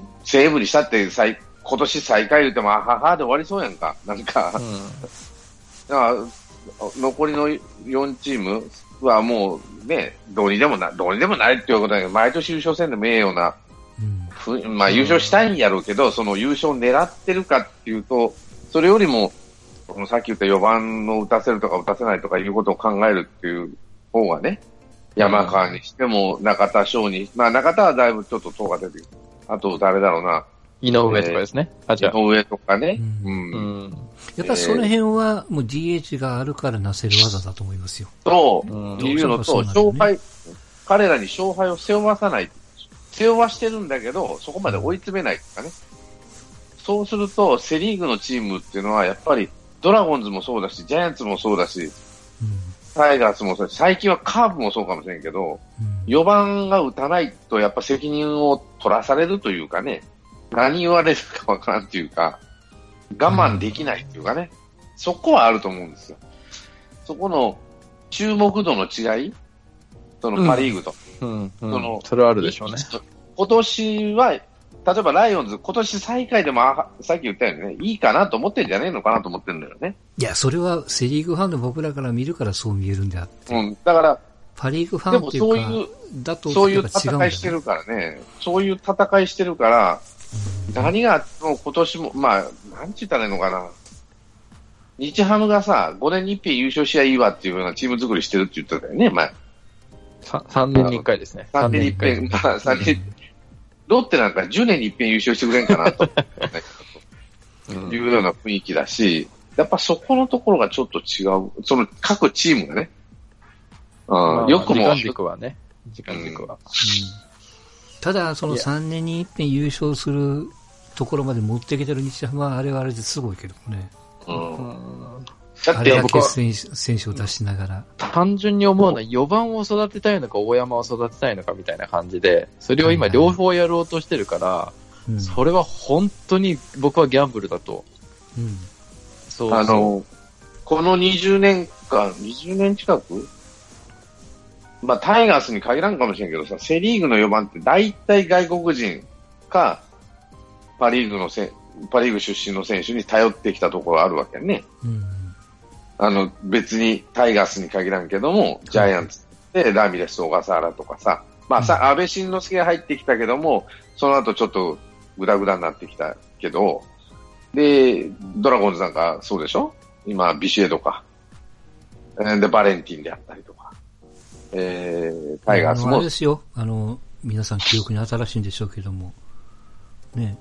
西武にしたって今年最下位言っても、あははで終わりそうやんか。なんか、だから残りの4チームはもうね、どうにでもないっていうことだけど、毎年優勝戦でもええような、まあ優勝したいんやろうけど、その優勝を狙ってるかっていうと、それよりも、さっき言った4番の打たせるとか打たせないとかいうことを考えるっていう方がね、山川にしても中田翔に、まあ中田はだいぶちょっと遠が出てる。あと誰だろうな。 井上とかですね。 井上とかね。 やっぱりその辺はもう DH があるからなせる技だと思いますよ。 そう。いうのと、彼らに勝敗を背負わさない。背負わしてるんだけど、そこまで追い詰めないとかね。そうすると、セリーグのチームっていうのは、やっぱり、ドラゴンズもそうだし、ジャイアンツもそうだし、タイガースもそうだし、最近はカープもそうかもしれんけど、4番が打たないと、やっぱ責任を取らされるというかね、何言われるかわからんというか、我慢できないというかね、そこはあると思うんですよ。そこの注目度の違い、そのパリーグと。 それはあるでしょうね。 今年は、例えばライオンズ、今年最下位でも、さっき言ったようにね、いいかなと思ってんじゃねえのかなと思ってるんだよね。 いや、それはセリーグファンの僕らから見るからそう見えるんであって。 だから、 パリーグファンっていうか、 そういう戦いしてるからね。そういう戦いしてるから、何があっても今年も、まあ、なんて言ったらいいのかな。日ハムがさ、5年に一遍優勝しゃいいわっていうようなチーム作りしてるって言ってたよね、前。 3年に1回ですね。 3年に一遍、まあ、ロッテなんか10年に一遍優勝してくれんかなというような雰囲気だし、やっぱそこのところがちょっと違う。その各チームがね。よくも。 時間軸はね。 ただ、その3年に一遍優勝するところまで持ってきてる日ハムはあれはあれですごいけどね。だって僕は選手を出しながら。 単純に思うのは4番を育てたいのか大山を育てたいのかみたいな感じで、それを今両方やろうとしてるから、それは本当に僕はギャンブルだと。 この20年間、20年近くまあタイガースに限らんかもしれんけどさ、セリーグの4番って大体外国人か、パリーグ出身の選手に頼ってきたところあるわけね。別にタイガースに限らんけども、ジャイアンツでラミレス、小笠原とかさ、まあ安倍晋之助が入ってきたけども、その後ちょっとグダグダになってきたけど、で、ドラゴンズなんかそうでしょ今、ビシエドか。で、バレンティンであったりとか。タイガースも。 あれですよ。皆さん記憶に新しいんでしょうけども、ね、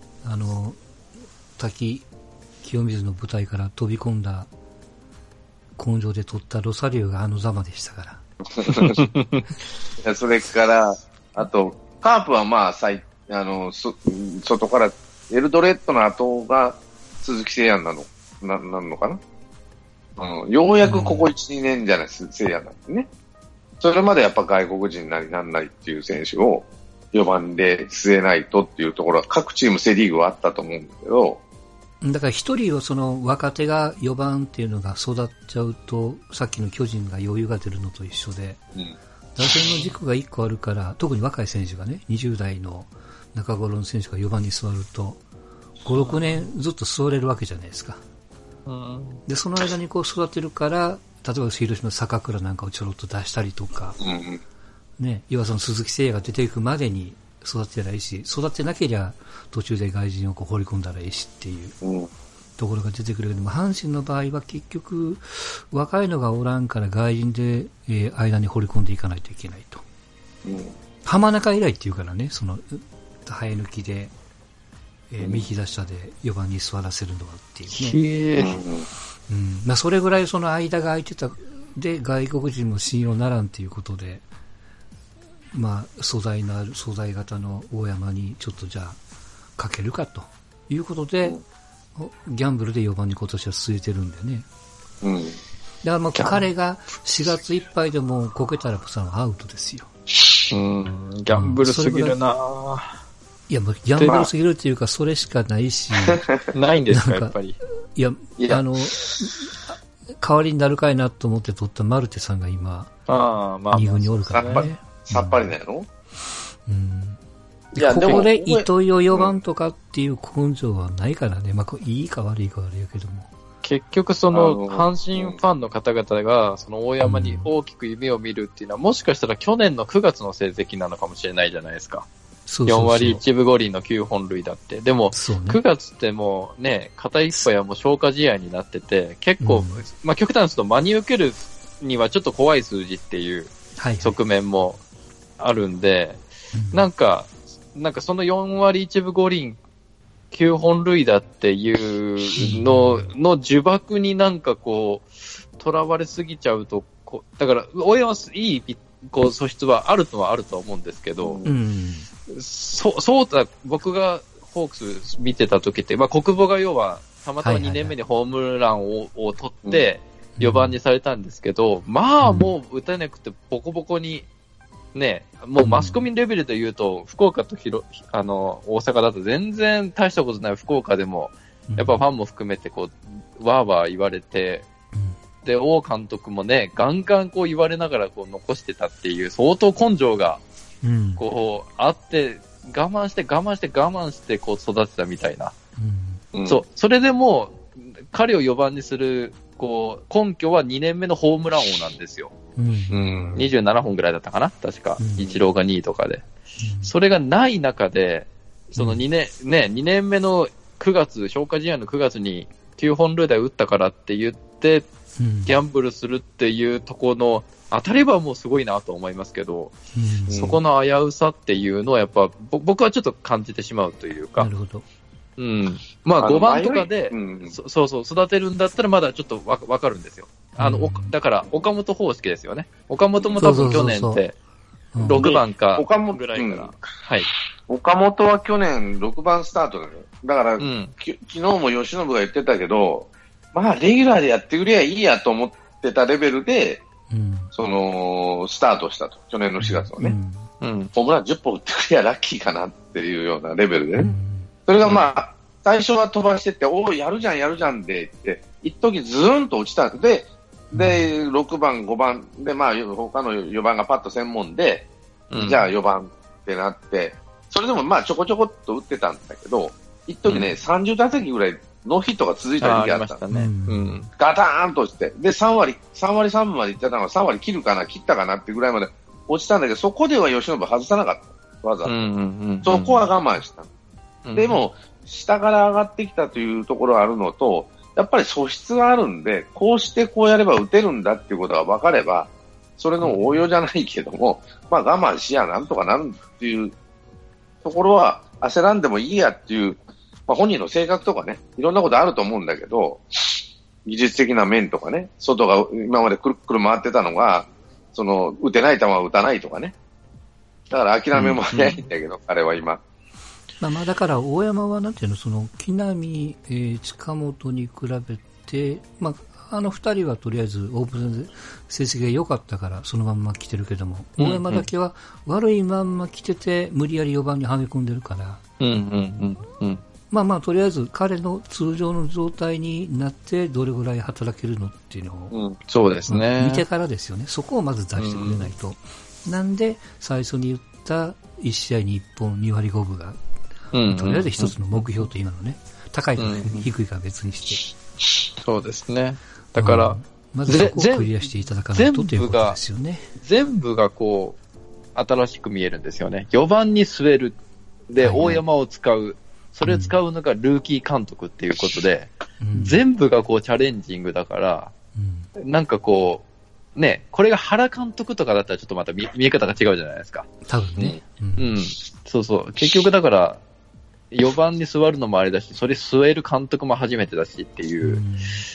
滝清水の舞台から飛び込んだ根性で取ったロサリオがザマでしたから。 それから、あと、カープはまあ、外からエルドレッドの後が鈴木誠也なんのかな、ようやくここ 1,2 年じゃないです、誠也なんでね。それまでやっぱ外国人なりなんなりっていう選手を4番で据えないとっていうところは各チームセリーグはあったと思うんだけど、 だから一人をその若手が4番っていうのが育っちゃうと、さっきの巨人が余裕が出るのと一緒で、打線の軸が1個あるから、特に若い選手がね、20代の中頃の選手が4番に座ると、5、6年ずっと座れるわけじゃないですか。で、その間にこう育てるから、例えば広島の坂倉なんかをちょろっと出したりとか、ね、要はその鈴木誠也が出ていくまでに育てたらいいし、育てなければ途中で外人をこう放り込んだらいいしっていうところが出てくるけども、阪神の場合は結局若いのがおらんから外人で、間に放り込んでいかないといけないと。浜中以来っていうからね、その生え抜きで右打者で4番に座らせるのはっていうね。まあ、それぐらいその間が空いてた、で、外国人も信用ならんということで、まあ、素材型の大山にちょっとじゃあ、かけるかということで、ギャンブルで4番に今年は据えてるんでね。だからまあ彼が4月いっぱいでもこけたらそのアウトですよ。 ギャンブルすぎるないや、もうギャンブルすぎるっていうか、それしかないし。 ないんですか、やっぱり。 いや、代わりになるかいなと思って取ったマルテさんが今、2軍におるからね。 さっぱりなの？ いや、ここで糸井を4番とかっていう根性はないからね。まあ、いいか悪いか悪いけども。 結局その、阪神ファンの方々が、その大山に大きく夢を見るっていうのは、もしかしたら去年の9月の成績なのかもしれないじゃないですか。4割1分5厘の9本塁だって。でも、9月ってもうね、片一方はもう消化試合になってて、結構、まあ極端にすると真に受けるにはちょっと怖い数字っていう側面もあるんで、なんかその4割1分5厘9本塁打っていうの呪縛になんかこう、囚われすぎちゃうと、だから、大山はいい素質はあるとは思うんですけど、そうだ、僕がホークス見てた時って、まあ国母が要は、たまたま2年目にホームランを取って、4番にされたんですけど、まあもう打てなくてボコボコに、ね、もうマスコミレベルで言うと、福岡と大阪だと全然大したことない福岡でも、やっぱファンも含めてこう、わーわー言われて、で、王監督もね、ガンガンこう言われながらこう残してたっていう相当根性が、こう、あって、我慢してこう育てたみたいな。それでも、彼を4番にする、こう、根拠は2年目のホームラン王なんですよ。27本ぐらいだったかな確か。イチローが2位とかで。それがない中で、その2年目の9月、消化試合の9月に9本塁打打ったからって言って、ギャンブルするっていうところの、当たればもうすごいなと思いますけど、そこの危うさっていうのはやっぱ、僕はちょっと感じてしまうというか。 なるほど。 まあ5番とかで、そう育てるんだったらまだちょっとわかるんですよ。だから岡本方式ですよね。岡本も多分去年って6番かぐらいから。はい。 岡本は去年6番スタートだよ。だから、昨日も吉信が言ってたけど、まあレギュラーでやってくれやいいやと思ってたレベルで、スタートしたと。去年の4月のね。ホームラン10本打ってくれやラッキーかなっていうようなレベルでね。それがまあ、最初は飛ばしてって、やるじゃんで言って、一時ずーんと落ちたんで、6番、5番で、まあ、他の4番がパッと専門で、じゃあ4番ってなって、それでもまあ、ちょこちょこっと打ってたんだけど、一時ね、30打席ぐらいノーヒットが続いた時期あったね。ガターンとして、で、3割3分までいってたのが3割切ったかなってぐらいまで落ちたんだけど、そこでは吉信外さなかった。わざと。そこは我慢した。でも、下から上がってきたというところがあるのと、やっぱり素質があるんで、こうしてこうやれば打てるんだっていうことが分かれば、それの応用じゃないけども、まあ我慢しやなんとかなるっていうところは焦らんでもいいやっていう、まあ本人の性格とかね、いろんなことあると思うんだけど、技術的な面とかね、外が今までくるくる回ってたのが、打てない球は打たないとかね。だから諦めも早いんだけど、彼は今。 まあだから大山はなんていうの、木浪、近本に比べて、まあ二人はとりあえずオープン成績が良かったからそのまんま来てるけども、大山だけは悪いまんま来てて無理やり4番にはめ込んでるから、まあとりあえず彼の通常の状態になってどれぐらい働けるのっていうのを、 そうですね。 見てからですよね。そこをまず出してくれないと。なんで最初に言った1試合に1本2割5分がとりあえず一つの目標というのね、高いか低いか別にして。 そうですね。だから、 まずそこをクリアしていただかないとということですよね。 全部がこう、新しく見えるんですよね。4番に据える。で、大山を使う。それを使うのがルーキー監督っていうことで、全部がこうチャレンジングだから、なんかこう、ね、これが原監督とかだったらちょっとまた見え方が違うじゃないですか。 多分ね。 そうそう。結局だから、 4番に座るのもあれだし、それ据える監督も初めてだしっていう、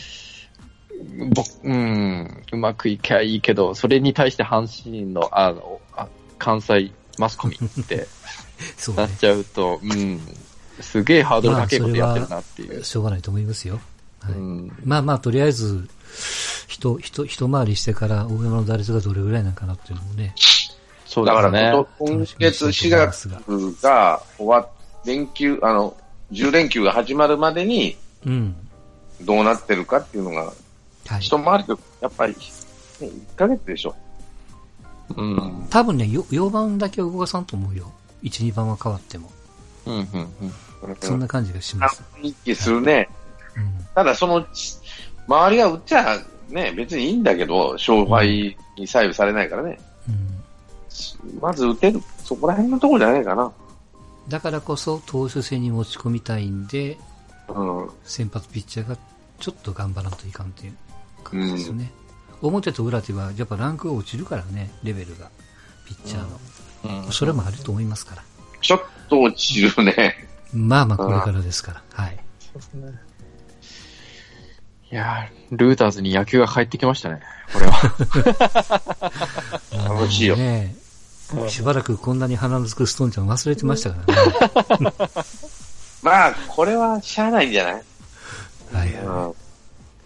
うまくいきゃいいけど、それに対して阪神の、関西マスコミってなっちゃうと、すげえハードル高いことやってるなっていう。 しょうがないと思いますよ。はい、まあまあ、とりあえず、一回りしてから大山の打率がどれぐらいなのかなっていうのもね。 そうですね。だから、今月4月が終わっ連休、10連休が始まるまでに、どうなってるかっていうのが、一回りと、やっぱり、1ヶ月でしょ。 多分ね、4番だけは動かさんと思うよ。1、2番は変わっても。そんな感じがします。 一気するね。ただ、周りが打っちゃね、別にいいんだけど、勝敗に左右されないからね。まず打てる、そこら辺のところじゃないかな。 だからこそ投手戦に持ち込みたいんで、先発ピッチャーがちょっと頑張らんといかんという感じですよね。表と裏ではやっぱランクが落ちるからね、レベルが、ピッチャーの。それもあると思いますから。 ちょっと落ちるね。 まあまあこれからですから。はい。そうですね。 いやー、ルーターズに野球が帰ってきましたね、これは。 楽しいよ。 ね、しばらくこんなに鼻のつくストーンちゃん忘れてましたからね。 まあ、これはしゃあないんじゃない？ はい、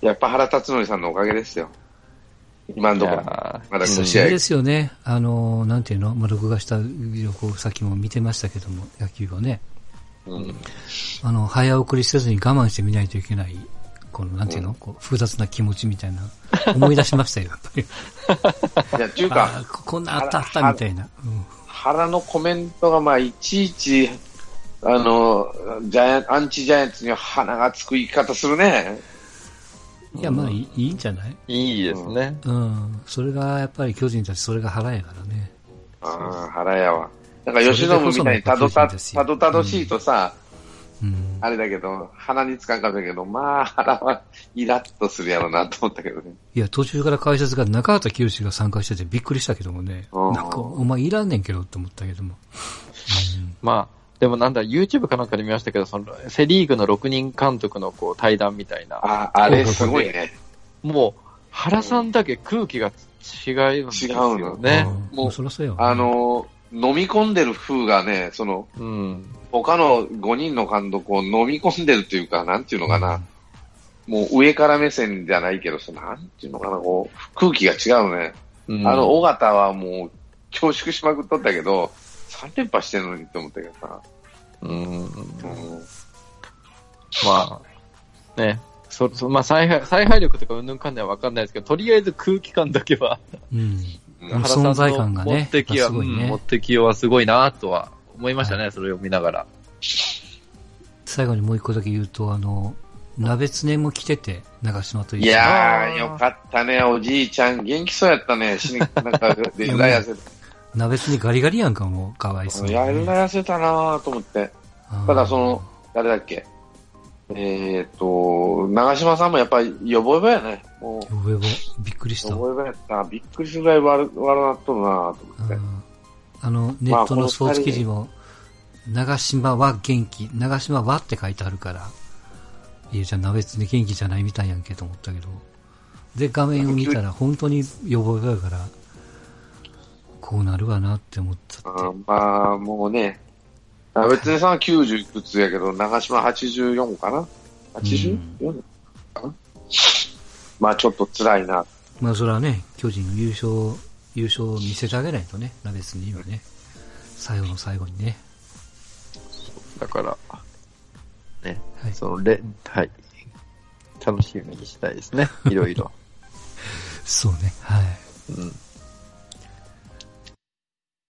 やっぱ原辰徳さんのおかげですよ。今のところ。まだそうですよね。なんていうの、録画した旅行先も見てましたけども、野球をね。早送りせずに我慢して見ないといけない、この、なんていうの、こう複雑な気持ちみたいな、思い出しましたよ、やっぱり。 いや、っていうか、 こんなあったみたいな。 原のコメントが、まあ、いちいち、アンチジャイアンツには鼻がつく言い方するね。 いや、まあ、いいんじゃない？ いいですね。 それが、やっぱり巨人たち、それが腹やからね。 腹やわ。なんか、吉野みたいにたどたどしいとさ、あれだけど、鼻につかんかったけど、まあ、腹はイラッとするやろなと思ったけどね。 いや、途中から解説が中畑清が参加しててびっくりしたけどもね。なんか、お前いらんねんけどって思ったけども。 まあ、でもなんだ、YouTube かなんかで見ましたけど、セリーグの6人監督のこう対談みたいな。 あれすごいね。 もう、原さんだけ空気が違うんですよね。 もう、そりゃそうよ。 飲み込んでる風がね、他の5人の監督を飲み込んでるというか、なんていうのかな。もう上から目線じゃないけど、なんていうのかな、こう、空気が違うね。尾形はもう、恐縮しまくっとったけど、3連覇してるのにって思ったけどさ。 まあ、ね。まあ、采配力とかうんぬんかんではわかんないですけど、とりあえず空気感だけは、 原さんの存在感がね、 持ってきようはすごいなとは思いましたね、それを見ながら。 最後にもう一個だけ言うと、鍋つねも来てて、長島と一緒に。 いやー、よかったね、おじいちゃん。元気そうやったね。なんか、でら痩せた。 鍋つねガリガリやんか、もう、かわいそう、 ね。やら痩せたなーと思って。ただ、誰だっけ。長嶋さんもやっぱり、ヨボヨボやね。もう。 ヨボヨボ。びっくりした。 ヨボヨボやった。びっくりするぐらい悪なっとるなーと思って。 ネットのスポーツ記事も、長嶋は元気、長嶋はって書いてあるから、いや、じゃあ鍋つね元気じゃないみたいやんけと思ったけど。で、画面を見たら本当にヨボヨボやから、こうなるわなって思っちゃって。 まあ、もうね、鍋つねさんは90いくつやけど、長嶋84かな ?84 かな、まあちょっと辛いな。 まあそれはね、巨人の優勝を見せてあげないとね、鍋つね今ね、最後の最後にね。 だから、ね、はい。楽しみにしたいですね、いろいろ。 そうね、はい。